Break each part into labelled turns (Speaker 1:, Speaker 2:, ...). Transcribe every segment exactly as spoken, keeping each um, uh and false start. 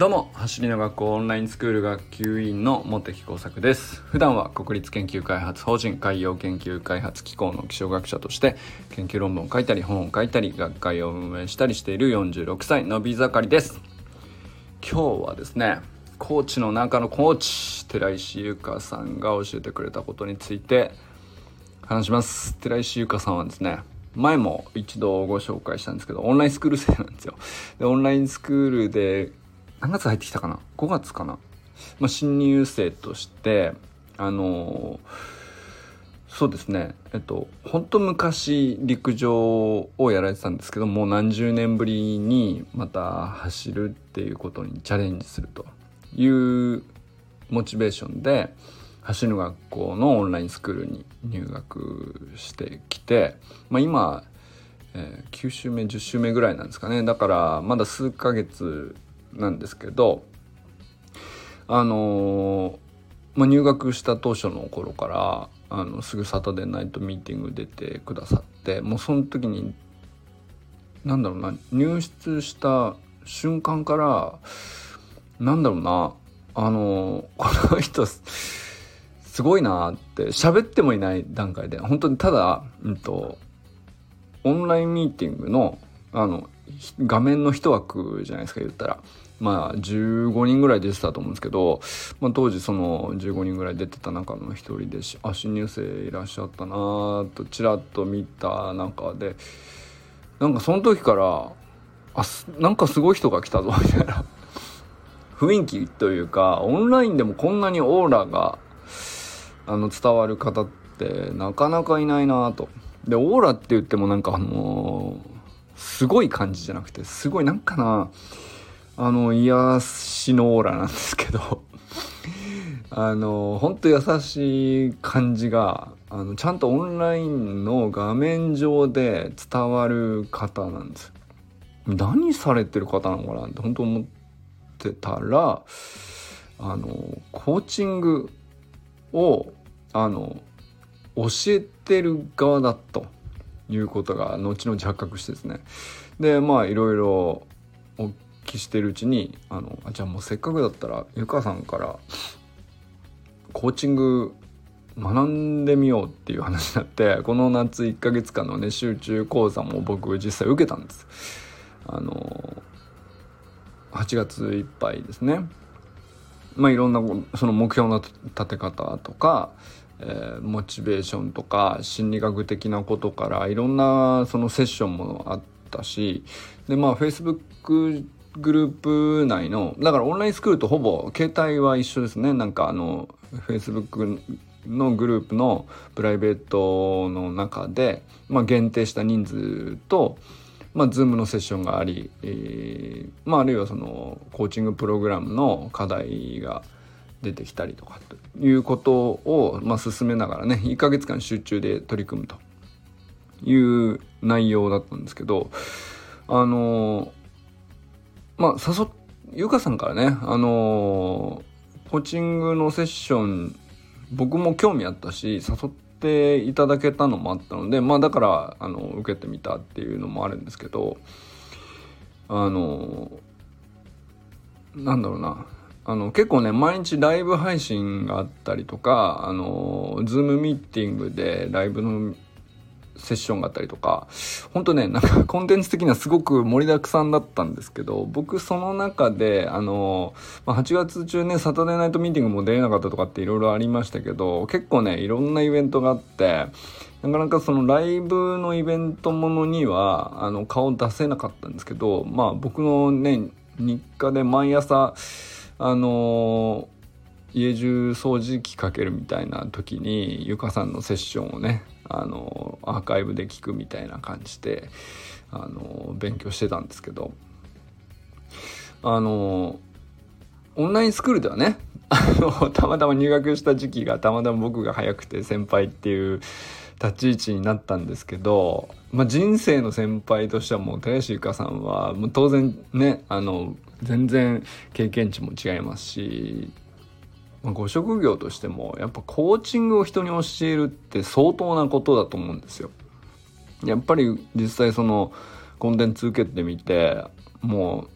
Speaker 1: どうも、走りの学校オンラインスクール学級委員の茂木耕作です。普段は国立研究開発法人海洋研究開発機構の気象学者として研究論文を書いたり本を書いたり学会を運営したりしているよんじゅうろくさいのび盛りです。今日はですね、コーチの中のコーチ寺石由香さんが教えてくれたことについて話します。寺石由香さんはですね、前も一度ご紹介したんですけど、オンラインスクール生なんですよ。でオンラインスクールで何月入ってきたかなごがつかな、まあ、新入生としてあのー、そうですねえっと本当昔陸上をやられてたんですけども、何十年ぶりにまた走るっていうことにチャレンジするというモチベーションで走る学校のオンラインスクールに入学してきて、まあ、今、えー、きゅう週目じゅっ週目ぐらいなんですかね。だからまだ数ヶ月なんですけど、あのーまあ、入学した当初の頃からあのすぐサタデーナイトミーティング出てくださって、もうその時になんだろうな、入室した瞬間からなんだろうな、あのー、この人すごいなって喋ってもいない段階で本当にただ、うんと、オンラインミーティングのあの画面の一枠じゃないですか、言ったらまあじゅうごにんぐらい出てたと思うんですけど、まあ、当時そのじゅうごにんぐらい出てた中の一人でしあ新入生いらっしゃったなとちらっと見た中で、なんかその時からあなんかすごい人が来たぞみたいな雰囲気というか、オンラインでもこんなにオーラがあの伝わる方ってなかなかいないなと。でオーラって言ってもなんかあのー、すごい感じじゃなくて、すごいなんかなあの癒しのオーラなんですけどあの本当優しい感じがあのちゃんとオンラインの画面上で伝わる方なんです。何されてる方なのかなって本当思ってたら、あのコーチングをあの教えてる側だということが後々発覚してですね、でまあいろいろお聞きしてるうちにあのあじゃあもうせっかくだったらゆかさんからコーチング学んでみようっていう話になって、この夏いっかげつかんのね集中講座も僕実際受けたんです。あのはちがついっぱいですね。まあいろんなその目標の立て方とか、えー、モチベーションとか心理学的なことからいろんなそのセッションもあったし、でまあ Facebook グループ内のだからオンラインスクールとほぼ形態は一緒ですね。なんかあの Facebook のグループのプライベートの中で、まあ、限定した人数とまあ、Zoom のセッションがあり、えーまあ、あるいはそのコーチングプログラムの課題が出てきたりとかということを、まあ、進めながらねいっかげつかん集中で取り組むという内容だったんですけど、あのまあ誘っゆかさんからね、あのコーチングのセッション僕も興味あったし誘っていただけたのもあったので、まあだからあの受けてみたっていうのもあるんですけど、あのなんだろうなあの結構ね毎日ライブ配信があったりとか、あのズームミーティングでライブのセッションがあったりとか、本当ねなんかコンテンツ的にはすごく盛りだくさんだったんですけど、僕その中であの、まあ、はちがつ中ねサタデーナイトミーティングも出れなかったとかっていろいろありましたけど、結構ねいろんなイベントがあってなかなかそのライブのイベントものにはあの顔出せなかったんですけど、まあ僕のね日課で毎朝あの家中掃除機かけるみたいな時にゆかさんのセッションをねあのアーカイブで聞くみたいな感じであの勉強してたんですけど、あのオンラインスクールではねあのたまたま入学した時期がたまたま僕が早くて先輩っていう立ち位置になったんですけど、まあ、人生の先輩としてはもう寺石ゆかさんはもう当然ねあの全然経験値も違いますし、ご職業としてもやっぱコーチングを人に教えるって相当なことだと思うんですよ。やっぱり実際そのコンテンツ受けてみてもう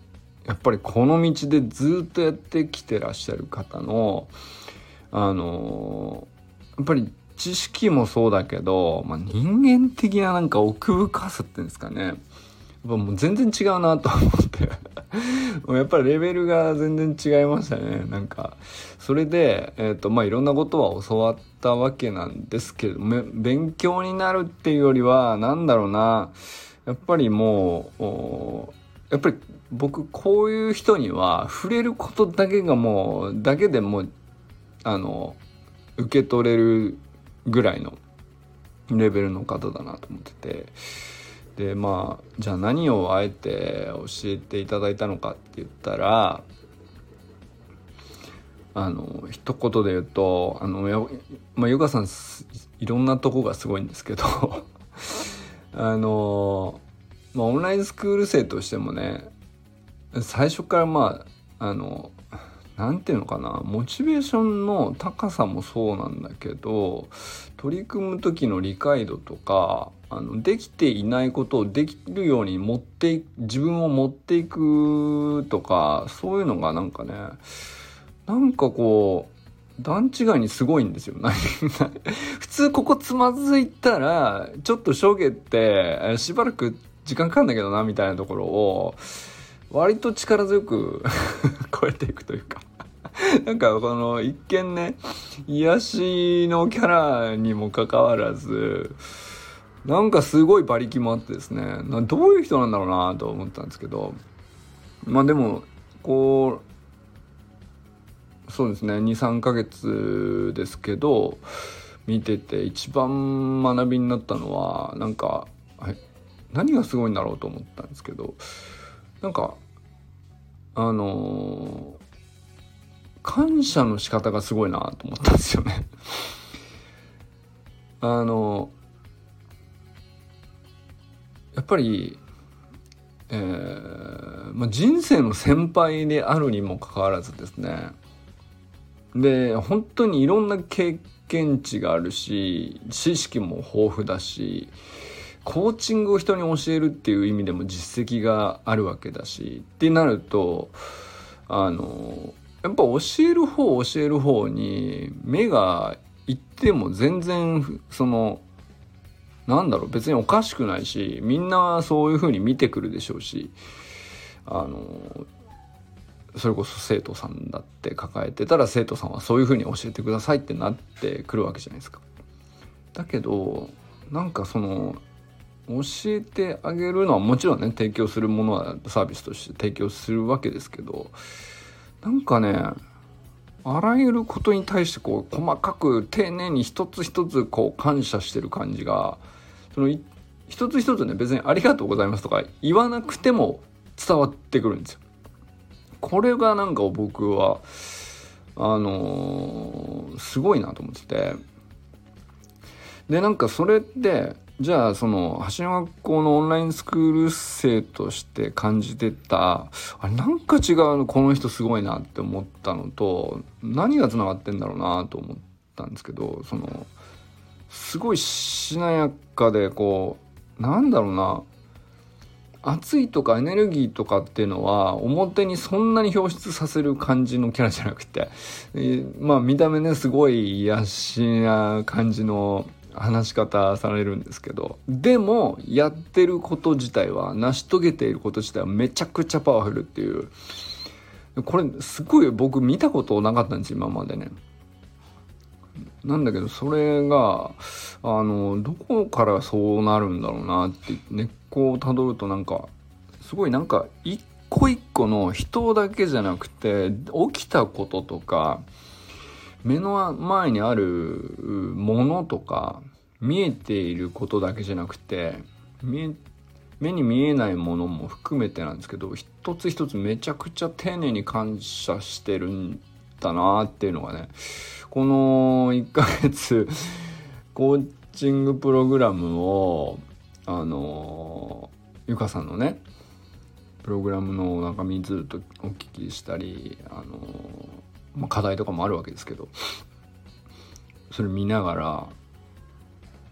Speaker 1: やっぱりこの道でずっとやってきてらっしゃる方のあのやっぱり知識もそうだけど、まあ、人間的ななんか奥深さっていうんですかね、やっぱもう全然違うなと思ってやっぱりレベルが全然違いましたね。なんかそれで、えーとまあ、いろんなことは教わったわけなんですけど、勉強になるっていうよりはなんだろうな、やっぱりもうやっぱり僕こういう人には触れることだけがもうだけでもうあの受け取れるぐらいのレベルの方だなと思ってて、でまあじゃあ何をあえて教えていただいたのかって言ったら、あの一言で言うとあのや、まあ、ゆかさんいろんなとこがすごいんですけどあの、まあ、オンラインスクール生としてもね、最初からまああのなんていうのかな、モチベーションの高さもそうなんだけど、取り組む時の理解度とか、あのできていないことをできるように持ってい自分を持っていくとか、そういうのがなんかね、なんかこう段違いにすごいんですよ普通ここつまずいたらちょっとしょげてしばらく時間かかんだけどなみたいなところを割と力強く超えていくというかなんかこの一見ね癒しのキャラにもかかわらず、なんかすごい馬力もあってですね、などういう人なんだろうなと思ったんですけど、まあでもこうそうですね にさんかげつですけど見てて一番学びになったのはなんか何がすごいんだろうと思ったんですけど、なんかあのー、感謝の仕方がすごいなと思ったんですよねあのやっぱり、えーまあ、人生の先輩であるにもかかわらずですね、で本当にいろんな経験値があるし知識も豊富だし、コーチングを人に教えるっていう意味でも実績があるわけだしってなると、あのやっぱ教える方教える方に目がいっても全然そのなんだろう別におかしくないし、みんなそういう風に見てくるでしょうし、あのそれこそ生徒さんだって抱えてたら生徒さんはそういう風に教えてくださいってなってくるわけじゃないですか。だけどなんかその教えてあげるのはもちろんね提供するものはサービスとして提供するわけですけど、なんかねあらゆることに対してこう細かく丁寧に一つ一つこう感謝してる感じが、その一つ一つね別にありがとうございますとか言わなくても伝わってくるんですよ。これがなんか僕はあのー、すごいなと思ってて、でなんかそれってじゃあその橋の学校のオンラインスクール生として感じてたあれなんか違うの、この人すごいなって思ったのと何がつながってんだろうなと思ったんですけど、そのすごいしなやかでこうなんだろうな、熱いとかエネルギーとかっていうのは表にそんなに表出させる感じのキャラじゃなくて、えー、まあ見た目ねすごい癒しな感じの話し方されるんですけど、でもやってること自体は成し遂げていること自体はめちゃくちゃパワフルっていう、これすごい僕見たことなかったんです今までね。なんだけどそれがあのどこからそうなるんだろうなって根っこをたどると、なんかすごいなんか一個一個の人だけじゃなくて起きたこととか目の前にあるものとか見えていることだけじゃなくて見え目に見えないものも含めてなんですけど、一つ一つめちゃくちゃ丁寧に感謝してるんだなっていうのがね、このいっかげつコーチングプログラムをあのゆかさんのねプログラムの中身ずっとお聞きしたり、あのまあ、課題とかもあるわけですけど、それ見ながら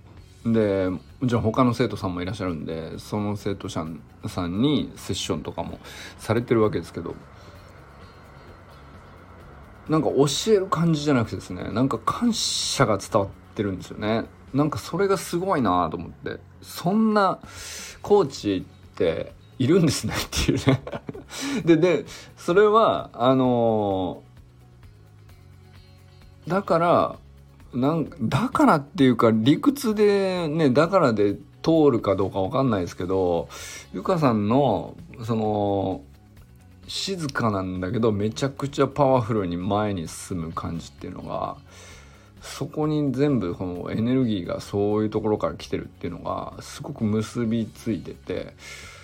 Speaker 1: でもちろん他の生徒さんもいらっしゃるんで、その生徒さんさんにセッションとかもされてるわけですけど、なんか教える感じじゃなくてですね、なんか感謝が伝わってるんですよね。なんかそれがすごいなと思って、そんなコーチっているんですねっていうねででそれはあのー、だからなんだからっていうか理屈でね、だからで通るかどうかわかんないですけど、ゆかさんのその静かなんだけどめちゃくちゃパワフルに前に進む感じっていうのが、そこに全部このエネルギーがそういうところから来てるっていうのがすごく結びついてて、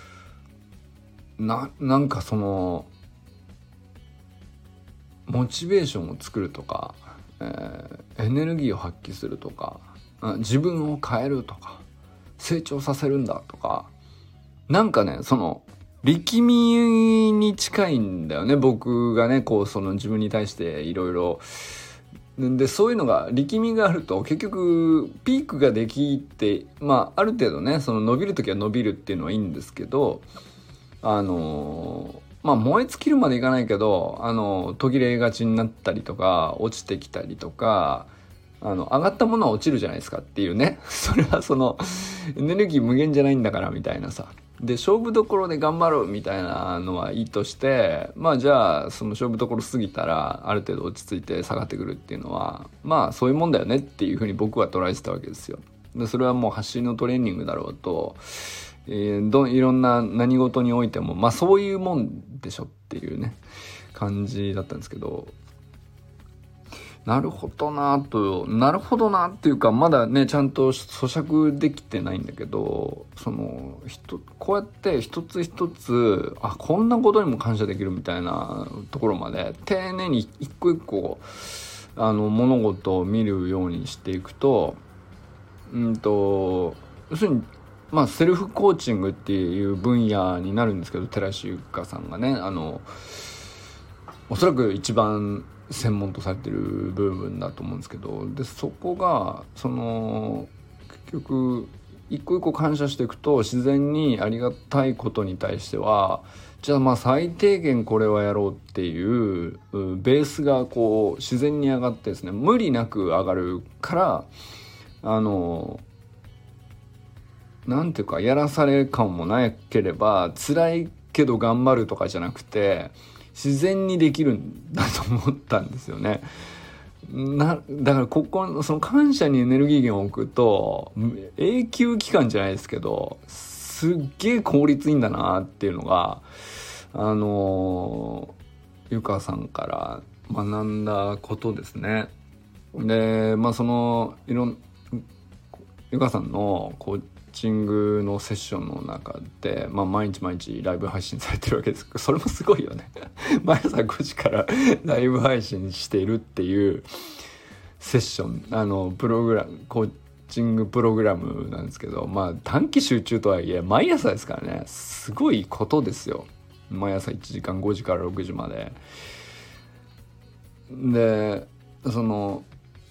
Speaker 1: な, なんかそのモチベーションを作るとか、えー、エネルギーを発揮するとか、自分を変えるとか成長させるんだとか、なんかねその力みに近いんだよね、僕がねこうその自分に対していろいろで、そういうのが力みがあると結局ピークができて、まあある程度ねその伸びるときは伸びるっていうのはいいんですけど、あのーまあ燃え尽きるまでいかないけど、あの途切れがちになったりとか落ちてきたりとか、あの上がったものは落ちるじゃないですかっていうねそれはそのエネルギー無限じゃないんだからみたいなさ、で勝負どころで頑張るみたいなのはいいとして、まあじゃあその勝負どころ過ぎたらある程度落ち着いて下がってくるっていうのはまあそういうもんだよねっていうふうに僕は捉えてたわけですよ。でそれはもう発信のトレーニングだろうと、えー、どいろんな何事においてもまあそういうもんでしょっていうね感じだったんですけど、なるほどなとなるほどなっていうか、まだねちゃんと咀嚼できてないんだけど、その人こうやって一つ一つあこんなことにも感謝できるみたいなところまで丁寧に一個一個あの物事を見るようにしていくと、うんと要するにまあセルフコーチングっていう分野になるんですけど、寺石ゆかさんがねあのおそらく一番専門とされてる部分だと思うんですけど、でそこがその結局一個一個感謝していくと自然にありがたいことに対してはじゃあまあ最低限これはやろうっていうベースがこう自然に上がってですね、無理なく上がるから、あのなんていうかやらされ感もなければ辛いけど頑張るとかじゃなくて自然にできるんだと思ったんですよね。なだからここその感謝にエネルギー源を置くと永久期間じゃないですけどすっげえ効率いいんだなっていうのがあのゆかさんから学んだことですね。でまあそのいろんゆかさんのこうコーチングのセッションの中で、まあ、毎日毎日ライブ配信されてるわけですけど、それもすごいよね毎朝ごじからライブ配信しているっていうセッション、あのプログラムコーチングプログラムなんですけど、まあ短期集中とはいえ毎朝ですからね、すごいことですよ。毎朝いちじかんごじからろくじまでで、その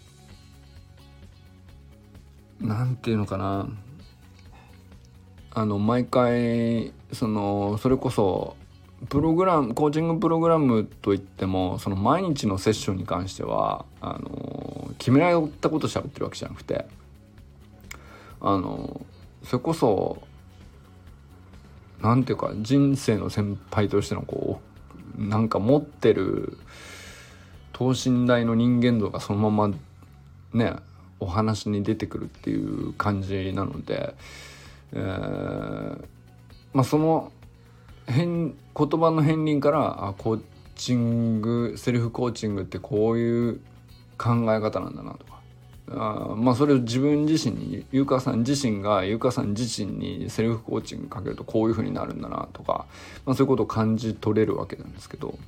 Speaker 1: なんていうのかな、あの毎回そのそれこそプログラムコーチングプログラムといってもその毎日のセッションに関してはあの決められたこと喋ってるわけじゃなくて、あのそれこそなんていうか人生の先輩としてのこうなんか持ってる等身大の人間像がそのままねお話に出てくるっていう感じなので、えー、まあその変言葉の片鱗からあコーチングセルフコーチングってこういう考え方なんだなとか、あまあそれを自分自身にゆかさん自身がゆかさん自身にセルフコーチングかけるとこういう風になるんだなとか、まあ、そういうことを感じ取れるわけなんですけど、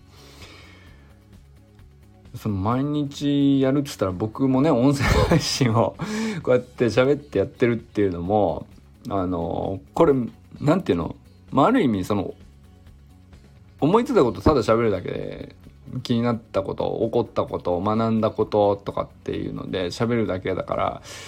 Speaker 1: その毎日やるって言ったら僕もね音声配信をこうやって喋ってやってるっていうのもあのこれなんていうの、まあ、ある意味その思いついたことただ喋るだけで気になったこと起こったこと学んだこととかっていうので喋るだけだから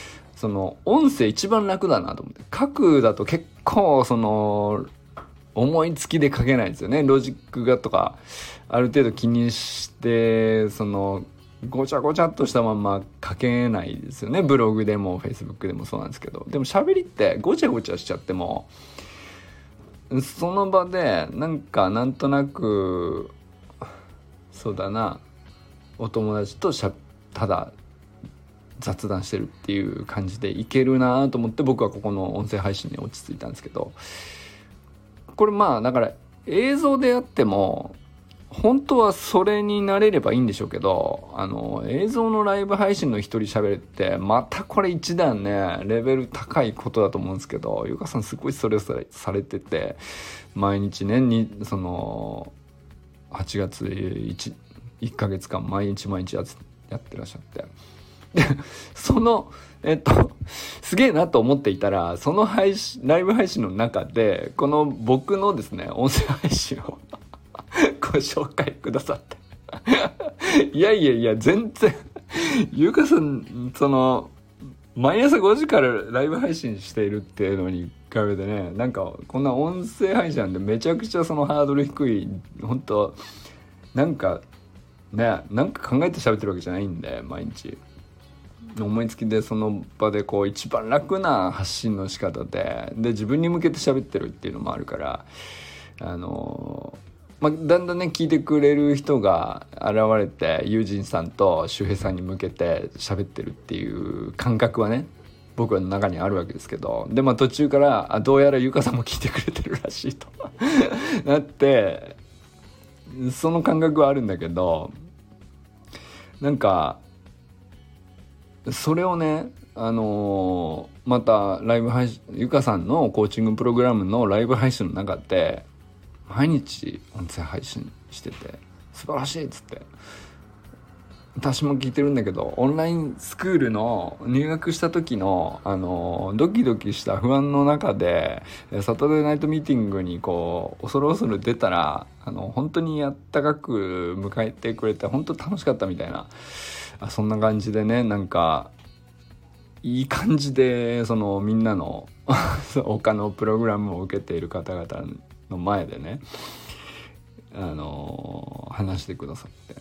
Speaker 1: その音声一番楽だなと思って、書くだと結構その思いつきで書けないんですよね。ロジックがとかある程度気にしてそのごちゃごちゃっとしたまま書けないですよね。ブログでもフェイスブックでもそうなんですけど、でも喋りってごちゃごちゃしちゃってもその場でなんかなんとなくそうだなお友達としゃただ雑談してるっていう感じでいけるなと思って僕はここの音声配信に落ち着いたんですけど、これまあだから映像であっても本当はそれになれればいいんでしょうけど、あの映像のライブ配信の一人喋るってまたこれ一段ねレベル高いことだと思うんですけど、ゆかさんすごいそれをされ、されてて毎日ねにそのはちがつ 1, いっかげつかん毎日毎日やってらっしゃってでそのえっとすげえなと思っていたら、その配信ライブ配信の中でこの僕のですね音声配信をご紹介くださっていやいやいや全然ゆうかさんその毎朝ごじからライブ配信しているっていうのに比べてね、なんかこんな音声配信なんでめちゃくちゃそのハードル低い、本当なんかねなんか考えて喋ってるわけじゃないんで、毎日思いつきでその場でこう一番楽な発信の仕方でで自分に向けて喋ってるっていうのもあるから、あのまあ、だんだんね聞いてくれる人が現れてユージンさんと周平さんに向けて喋ってるっていう感覚はね僕の中にあるわけですけど、でまあ途中からあどうやらゆかさんも聞いてくれてるらしいとなってその感覚はあるんだけど、なんかそれをねあのー、またライブ配信ゆかさんのコーチングプログラムのライブ配信の中で毎日音声配信してて素晴らしいっつって、私も聞いてるんだけどオンラインスクールの入学した時のあのドキドキした不安の中でサタデーナイトミーティングにこう恐る恐る出たらあの本当にあったかく迎えてくれて本当楽しかったみたいな、あそんな感じでね、なんかいい感じでそのみんなの他のプログラムを受けている方々の前でねあの話してくださって、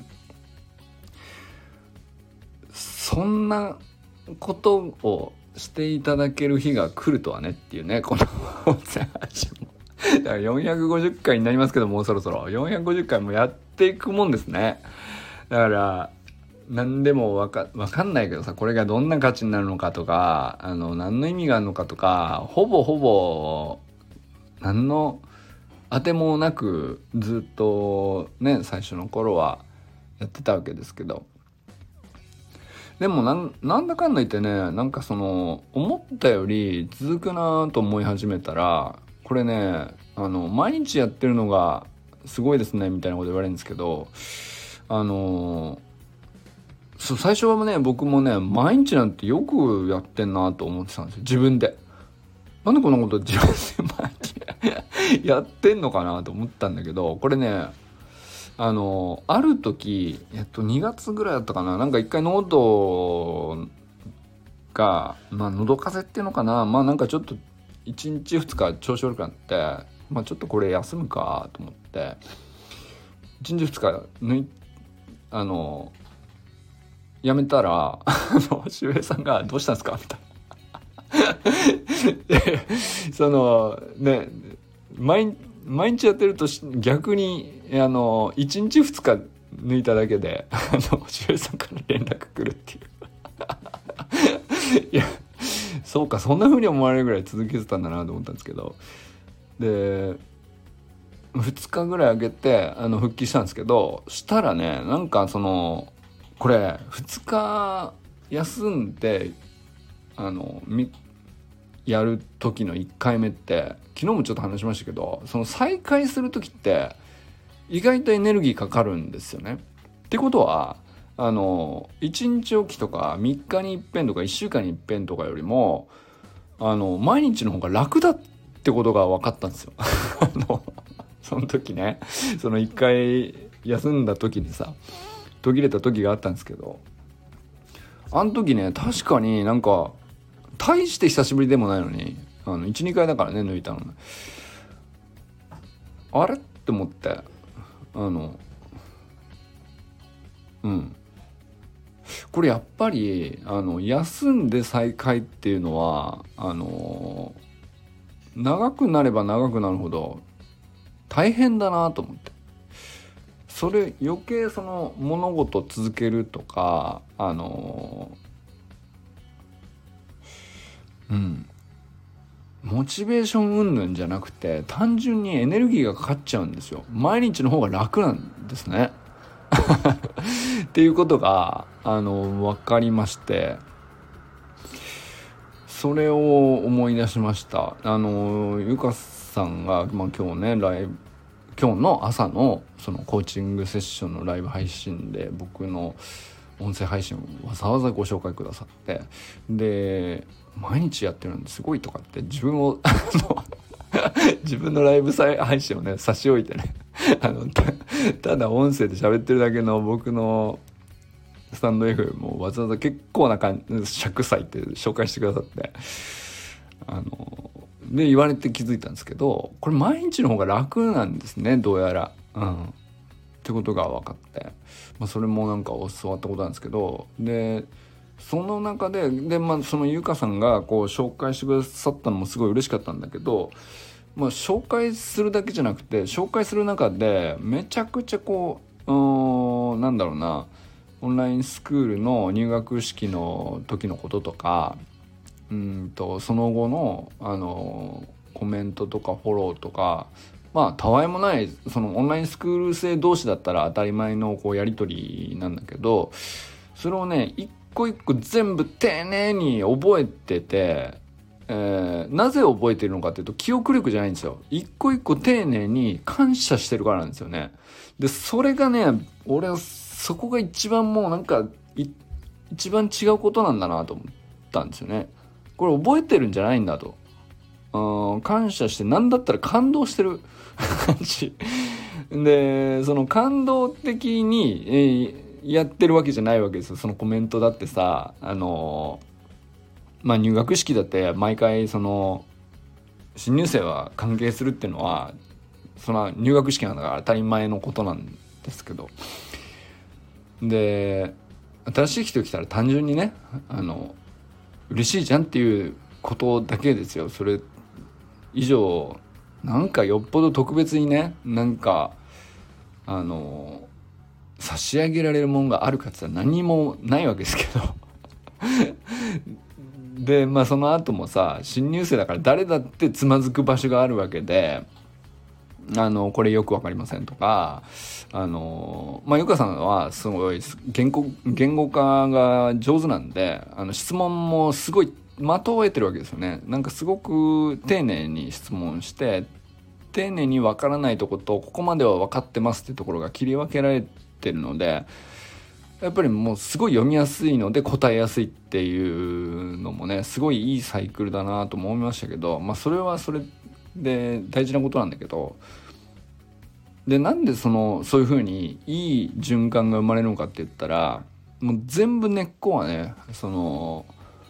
Speaker 1: そんなことをしていただける日が来るとはねっていうね、この音声配信もだからよんひゃくごじゅっかいになりますけどもうそろそろよんひゃくごじゅっかいもやっていくもんですね。だから何でもわか、わかんないけどさ、これがどんな価値になるのかとかあの何の意味があるのかとかほぼほぼ何の当てもなくずっとね最初の頃はやってたわけですけど、でもなん、なんだかんだ言ってねなんかその思ったより続くなと思い始めたら、これねあの毎日やってるのがすごいですねみたいなこと言われるんですけど、あのそう最初はね僕もね毎日なんてよくやってんなと思ってたんですよ自分で。なんでこんなこと自分で毎日やってんのかなと思ったんだけど、これねあのある時、えっと、にがつぐらいだったかな、なんか一回喉が、まあ、喉風邪っていうのかな、まあなんかちょっといちにちふつか調子悪くなって、まあ、ちょっとこれ休むかと思っていちにちふつか抜いあのやめたらあの周平さんがどうしたんですかみたいなでそのね毎毎日やってると逆にあのいちにちふつか抜いただけであの周平さんから連絡来るっていういやそうかそんな風に思われるぐらい続けてたんだなと思ったんですけど、でふつかぐらい空けてあの復帰したんですけど、したらねなんかそのこれふつか休んであのみやる時のいっかいめって昨日もちょっと話しましたけど、その再開する時って意外とエネルギーかかるんですよね。ってことはあのいちにちおきとかみっかにいっぺんとかいっしゅうかんにいっぺんとかよりもあの毎日の方が楽だってことが分かったんですよあのその時ねそのいっかい休んだ時にさ途切れた時があったんですけど、あの時ね確かになんか大して久しぶりでもないのにあの いち,に 回だからね抜いたのね。あれって思ってあのうんこれやっぱりあの休んで再開っていうのはあの長くなれば長くなるほど大変だなと思って、それ余計その物事を続けるとかあのうんモチベーション云々じゃなくて単純にエネルギーがかかっちゃうんですよ。毎日の方が楽なんですねっていうことがあの分かりまして、それを思い出しました。あのゆかさんが、まあ、今日ねライブ今日の朝のそのコーチングセッションのライブ配信で僕の音声配信をわざわざご紹介くださって、で毎日やってるんですごいとかって自分を自分のライブ配信をね差し置いてねあの た, ただ音声で喋ってるだけの僕のスタンド エフエム もわざわざ結構な感じ尺割って紹介してくださってあので言われて気づいたんですけど、これ毎日の方が楽なんですねどうやら、うんってことが分かって、まあ、それもなんか教わったことなんですけど、でその中でで、まあ、そのゆかさんがこう紹介してくださったのもすごい嬉しかったんだけど、まあ、紹介するだけじゃなくて紹介する中でめちゃくちゃこう、うーんなんだろうなオンラインスクールの入学式の時のこととかうんとその後のあのコメントとかフォローとか、まあたわいもないそのオンラインスクール生同士だったら当たり前のこうやり取りなんだけど、それをね一個一個全部丁寧に覚えてて、えー、なぜ覚えてるのかっていうと記憶力じゃないんですよ。一個一個丁寧に感謝してるからなんですよね。でそれがね俺はそこが一番もうなんか一番違うことなんだなと思ったんですよね。これ覚えてるんじゃないんだと、うん感謝してなんだったら感動してる感じで、その感動的に、えー、やってるわけじゃないわけですよ。そのコメントだってさあのー、まあ入学式だって毎回その新入生は歓迎するっていうのはその入学式なんだから当たり前のことなんですけど、で新しい人来たら単純にねあの嬉しいじゃんっていうことだけですよ。それ以上なんかよっぽど特別にねなんかあの差し上げられるものがあるかって言ったら何もないわけですけどでまあその後もさ新入生だから誰だってつまずく場所があるわけで、あのこれよくわかりませんとか、あのまあゆかさんはすごい言語、言語化が上手なんで、あの質問もすごい的を得てるわけですよね。なんかすごく丁寧に質問して丁寧にわからないところとここまでは分かってますっていうところが切り分けられてるので、やっぱりもうすごい読みやすいので答えやすいっていうのもねすごいいいサイクルだなと思いましたけど、まあそれはそれで大事なことなんだけど、でなんでそのそういう風にいい循環が生まれるのかって言ったら、もう全部根っこはねその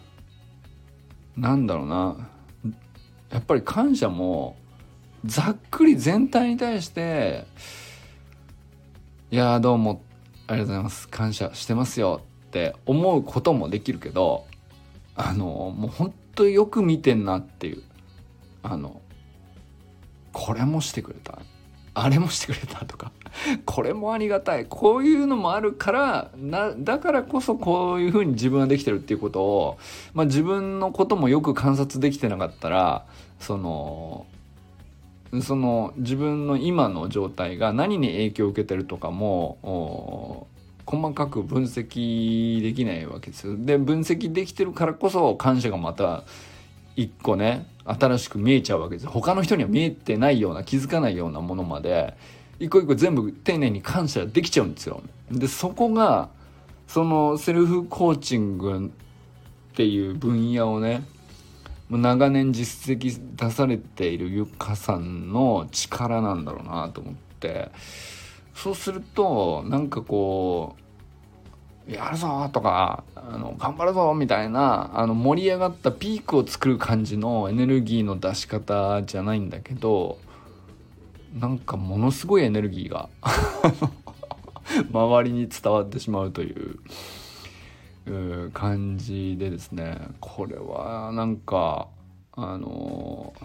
Speaker 1: なんだろうなやっぱり感謝もざっくり全体に対していやどうもありがとうございます感謝してますよって思うこともできるけど、あのもう本当によく見てんなっていう、あのこれもしてくれたあれもしてくれたとかこれもありがたいこういうのもあるからなだからこそこういう風に自分はできてるっていうことを、まあ、自分のこともよく観察できてなかったらそのその自分の今の状態が何に影響を受けてるとかも細かく分析できないわけですよ。で分析できてるからこそ感謝がまた一個ね新しく見えちゃうわけです。他の人には見えてないような気づかないようなものまで一個一個全部丁寧に感謝できちゃうんですよ。でそこがそのセルフコーチングっていう分野をね長年実績出されているゆかさんの力なんだろうなと思って、そうするとなんかこやるぞとかあの頑張るぞみたいなあの盛り上がったピークを作る感じのエネルギーの出し方じゃないんだけど、なんかものすごいエネルギーが周りに伝わってしまうというう感じでですね、これはなんかあの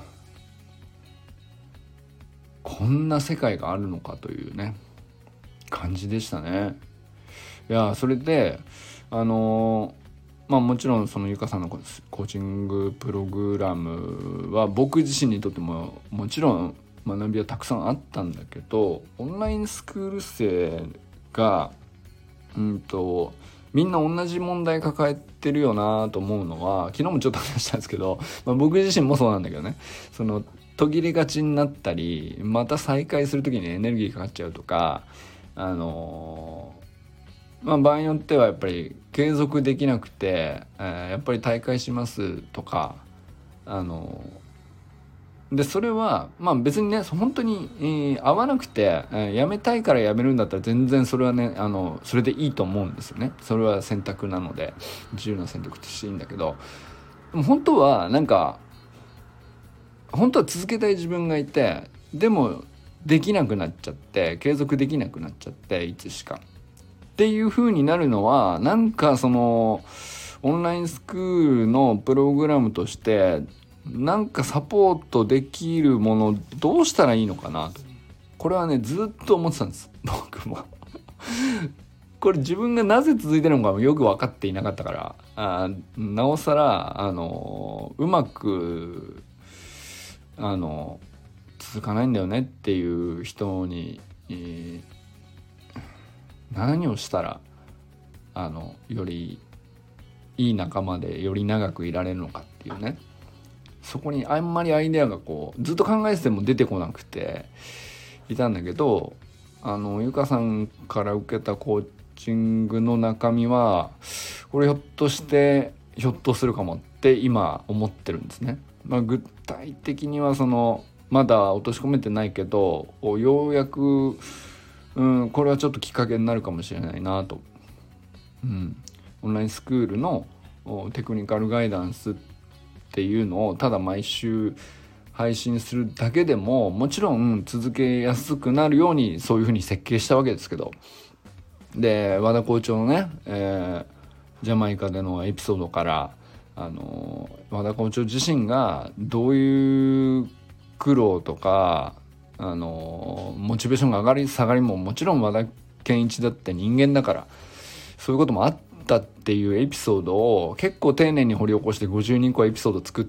Speaker 1: こんな世界があるのかというね感じでしたね。いやそれであのまあもちろんそのゆかさんのコーチングプログラムは僕自身にとってももちろん学びはたくさんあったんだけど、オンラインスクール生がうんとみんな同じ問題抱えてるよなと思うのは、昨日もちょっと話したんですけど、まあ、僕自身もそうなんだけどね、その途切れがちになったりまた再開する時にエネルギーかかっちゃうとか、あのまあ場合によってはやっぱり継続できなくて、えー、やっぱり大会しますとか、あのでそれはまあ別にね本当に、えー、合わなくて、えー、やめたいからやめるんだったら全然それはねあのそれでいいと思うんですよね。それは選択なので自由な選択としていいんだけど、でも本当はなんか本当は続けたい自分がいて、でもできなくなっちゃって継続できなくなっちゃっていつしかっていう風になるのは、なんかそのオンラインスクールのプログラムとしてなんかサポートできるものどうしたらいいのかなと、これはねずっと思ってたんです僕もこれ自分がなぜ続いてるのかもよく分かっていなかったから、あなおさらあのうまくあの続かないんだよねっていう人に、えー、何をしたらあのよりいい仲間でより長くいられるのかっていうね、そこにあんまりアイデアがこうずっと考えてても出てこなくていたんだけど、あのゆかさんから受けたコーチングの中身はこれひょっとしてひょっとするかもって今思ってるんですね。まあ、具体的にはそのまだ落とし込めてないけどようやく、うん、これはちょっときっかけになるかもしれないなと、うん、オンラインスクールのテクニカルガイダンスっていうのをただ毎週配信するだけでももちろん続けやすくなるようにそういうふうに設計したわけですけど、で和田校長のね、えー、ジャマイカでのエピソードからあの和田校長自身がどういう苦労とかあのモチベーションが上がり下がりももちろん和田健一だって人間だからそういうこともあったっていうエピソードを結構丁寧に掘り起こしてごじゅうにこエピソード作って、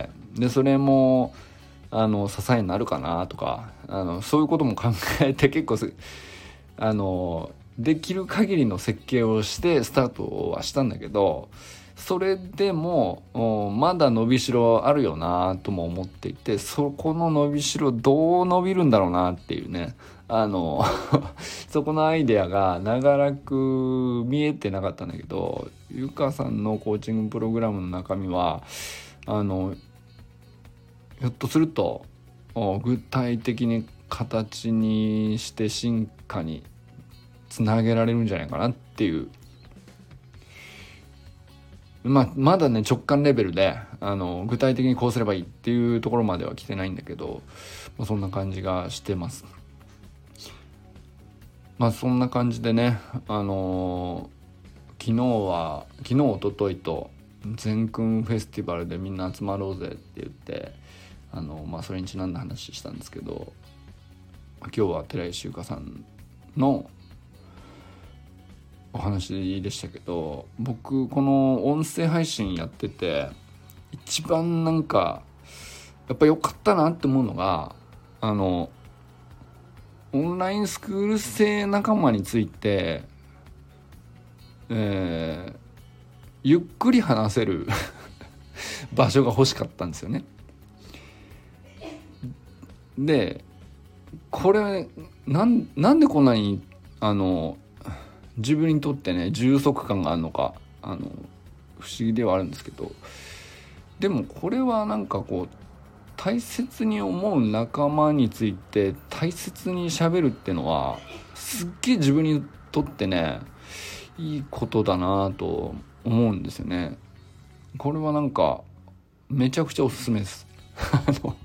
Speaker 1: でそれもあの支えになるかなとか、あのそういうことも考えて結構あのできる限りの設計をしてスタートはしたんだけど、それでもまだ伸びしろあるよなとも思っていて、そこの伸びしろどう伸びるんだろうなっていうね、あのそこのアイデアが長らく見えてなかったんだけど、ゆかさんのコーチングプログラムの中身はあのひょっとすると具体的に形にして進化につなげられるんじゃないかなっていう、まあ、まだね直感レベルであの具体的にこうすればいいっていうところまでは来てないんだけど、まあ、そんな感じがしてます。まあそんな感じでね、あのー、昨日は昨日一昨日と全くんフェスティバルでみんな集まろうぜって言って、あのまあそれにちなんだ話したんですけど、今日は寺石ゆかさんのお話でしたけど、僕この音声配信やってて一番なんかやっぱ良かったなって思うのが、あのオンラインスクール生仲間について、えー、ゆっくり話せる場所が欲しかったんですよね。でこれなんなんでこんなにあの自分にとってね充足感があるのかあの不思議ではあるんですけど、でもこれはなんかこう大切に思う仲間について大切に喋るってのはすっげえ自分にとってねいいことだなと思うんですよね。これはなんかめちゃくちゃおすすめですあの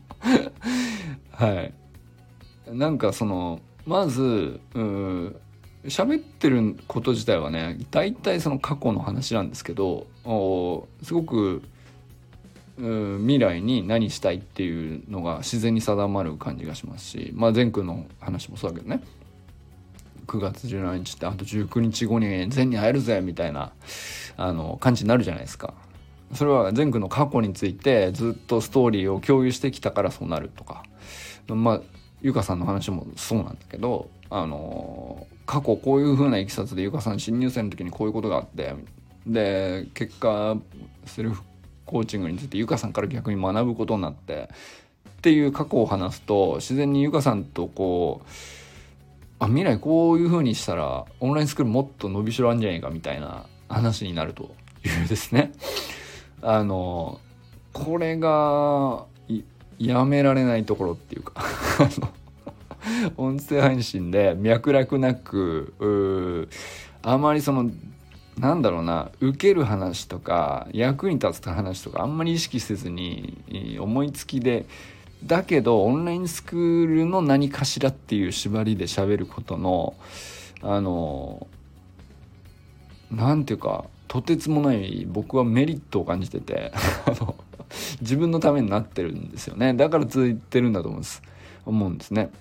Speaker 1: はいなんかそのまずう喋ってること自体はね大体その過去の話なんですけど、すごく未来に何したいっていうのが自然に定まる感じがしますし、まあ前空の話もそうだけどね、くがつじゅうしちにちってあとじゅうくにちごに全に会えるぜみたいなあの感じになるじゃないですか。それは前空の過去についてずっとストーリーを共有してきたからそうなるとか、まあゆかさんの話もそうなんだけど、あの過去こういう風な経緯でゆかさん新入生の時にこういうことがあって、で結果セルフコーチングについてゆかさんから逆に学ぶことになってっていう過去を話すと、自然にゆかさんとこうあ未来こういう風にしたらオンラインスクールもっと伸びしろあるんじゃないかみたいな話になるというですねあのこれがやめられないところっていうか音声配信で脈絡なくあまりそのなんだろうな受ける話とか役に立つ話とかあんまり意識せずに思いつきでだけどオンラインスクールの何かしらっていう縛りで喋ることのあのなんていうかとてつもない僕はメリットを感じててあの自分のためになってるんですよね。だから続いてるんだと思うんです思うんですね。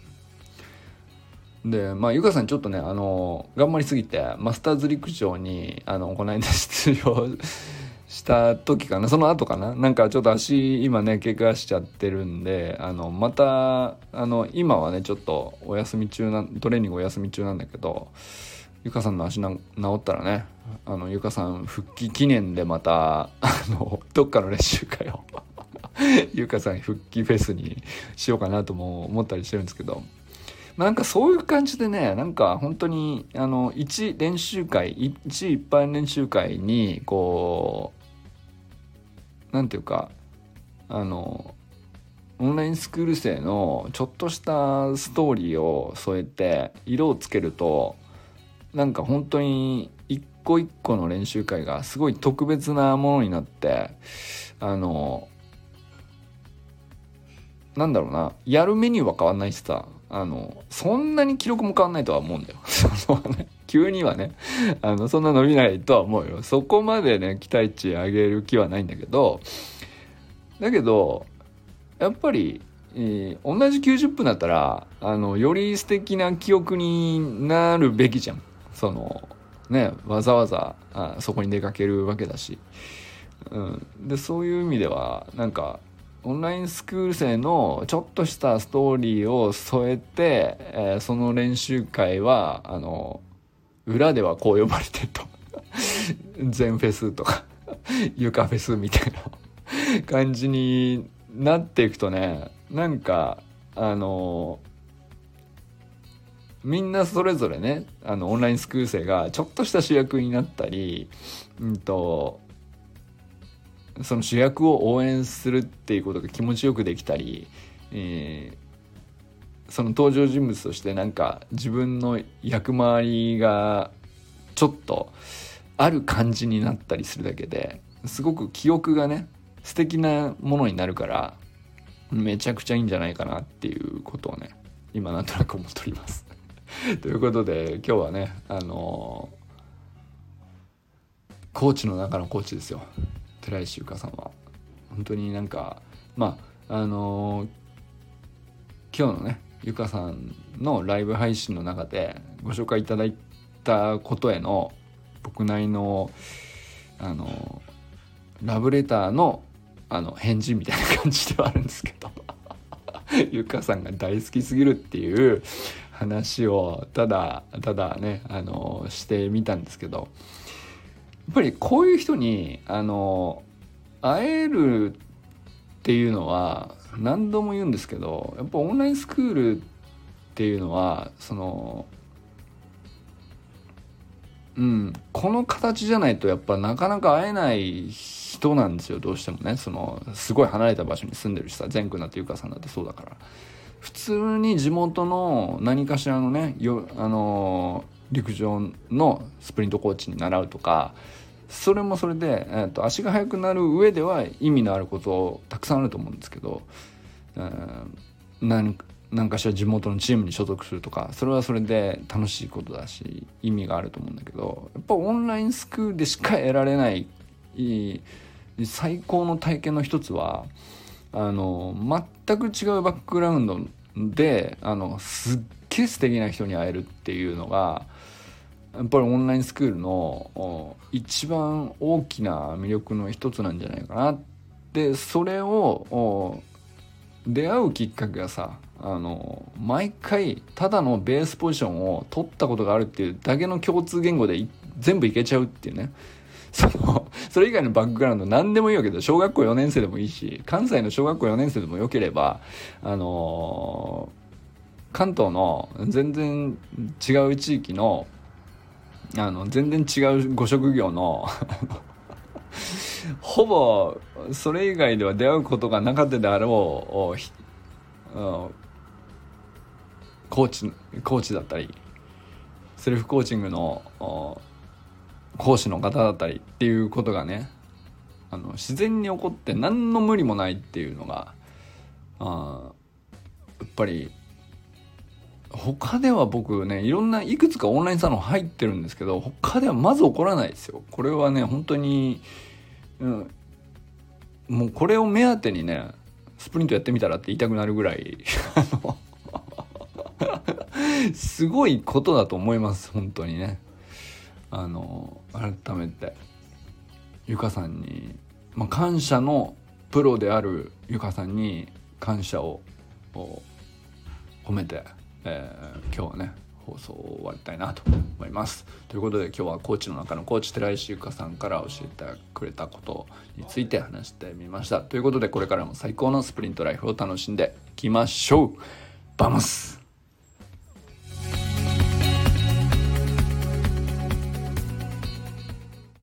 Speaker 1: でまあゆかさんちょっとねあの頑張りすぎてマスターズ陸上にあのこの間出場した時かなその後かななんかちょっと足今ね怪我しちゃってるんであのまたあの今はねちょっとお休み中なトレーニングお休み中なんだけど、ゆかさんの足な治ったらねあのゆかさん復帰記念でまたあのどっかの練習会をゆかさん復帰フェスにしようかなとも思ったりしてるんですけど、なんかそういう感じでねなんか本当にあのいち練習会いち一般練習会にこうなんていうかあのオンラインスクール生のちょっとしたストーリーを添えて色をつけるとなんか本当に一個一個の練習会がすごい特別なものになってあのなんだろうなやるメニューは変わんないしさあのそんなに記録も変わんないとは思うんだよそのね急にはねあのそんな伸びないとは思うよ。そこまでね期待値上げる気はないんだけどだけどやっぱり、えー、同じきゅうじゅっぷんだったらあのより素敵な記憶になるべきじゃん。そのねわざわざあそこに出かけるわけだし、うん、でそういう意味ではなんかオンラインスクール生のちょっとしたストーリーを添えて、えー、その練習会はあの裏ではこう呼ばれてると全フェスとかゆかフェスみたいな感じになっていくとねなんかあのみんなそれぞれねあのオンラインスクール生がちょっとした主役になったり、うんとその主役を応援するっていうことが気持ちよくできたり、えー、その登場人物としてなんか自分の役回りがちょっとある感じになったりするだけですごく記憶がね素敵なものになるからめちゃくちゃいいんじゃないかなっていうことをね今なんとなく思っておりますということで今日はねあのー、コーチの中のコーチですよ寺石ゆかさんは本当になんかまああのー、今日のねゆかさんのライブ配信の中でご紹介いただいたことへの僕なりのあのー、ラブレターのあの返事みたいな感じではあるんですけどゆかさんが大好きすぎるっていう話をただただねあのー、してみたんですけど、やっぱりこういう人にあの会えるっていうのは何度も言うんですけどやっぱオンラインスクールっていうのはそのうんこの形じゃないとやっぱなかなか会えない人なんですよどうしてもね。そのすごい離れた場所に住んでるしさ善くんだってゆかさんだってそうだから普通に地元の何かしらのねよあの陸上のスプリントコーチに習うとか、それもそれで、えー、と足が速くなる上では意味のあることたくさんあると思うんですけど、えー、何何かしら地元のチームに所属するとか、それはそれで楽しいことだし意味があると思うんだけど、やっぱオンラインスクールでしか得られない最高の体験の一つは、あの全く違うバックグラウンドであのすっげえ素敵な人に会えるっていうのがやっぱりオンラインスクールの一番大きな魅力の一つなんじゃないかなって。それを出会うきっかけがさ、あの毎回ただのベースポジションを取ったことがあるっていうだけの共通言語で全部いけちゃうっていうね。そのそれ以外のバックグラウンド何でもいいわけで、小学校よねん生でもいいし、関西の小学校よねん生でもよければ、あのー、関東の全然違う地域のあの全然違うご職業のほぼそれ以外では出会うことがなかったであろうコーチコーチだったりセルフコーチングの講師の方だったりっていうことがね、あの自然に起こって何の無理もないっていうのが、あやっぱり他では僕ね、いろんないくつかオンラインサロン入ってるんですけど、他ではまず起こらないですよ。これはね本当に、うん、もうこれを目当てにねスプリントやってみたらって言いたくなるぐらいすごいことだと思います本当にね。あの改めてゆかさんに、まあ、感謝のプロであるゆかさんに感謝を込めて、えー、今日はね放送を終わりたいなと思います。ということで今日はコーチの中のコーチ寺石ゆかさんから教えてくれたことについて話してみました。ということでこれからも最高のスプリントライフを楽しんでいきましょう。バモス。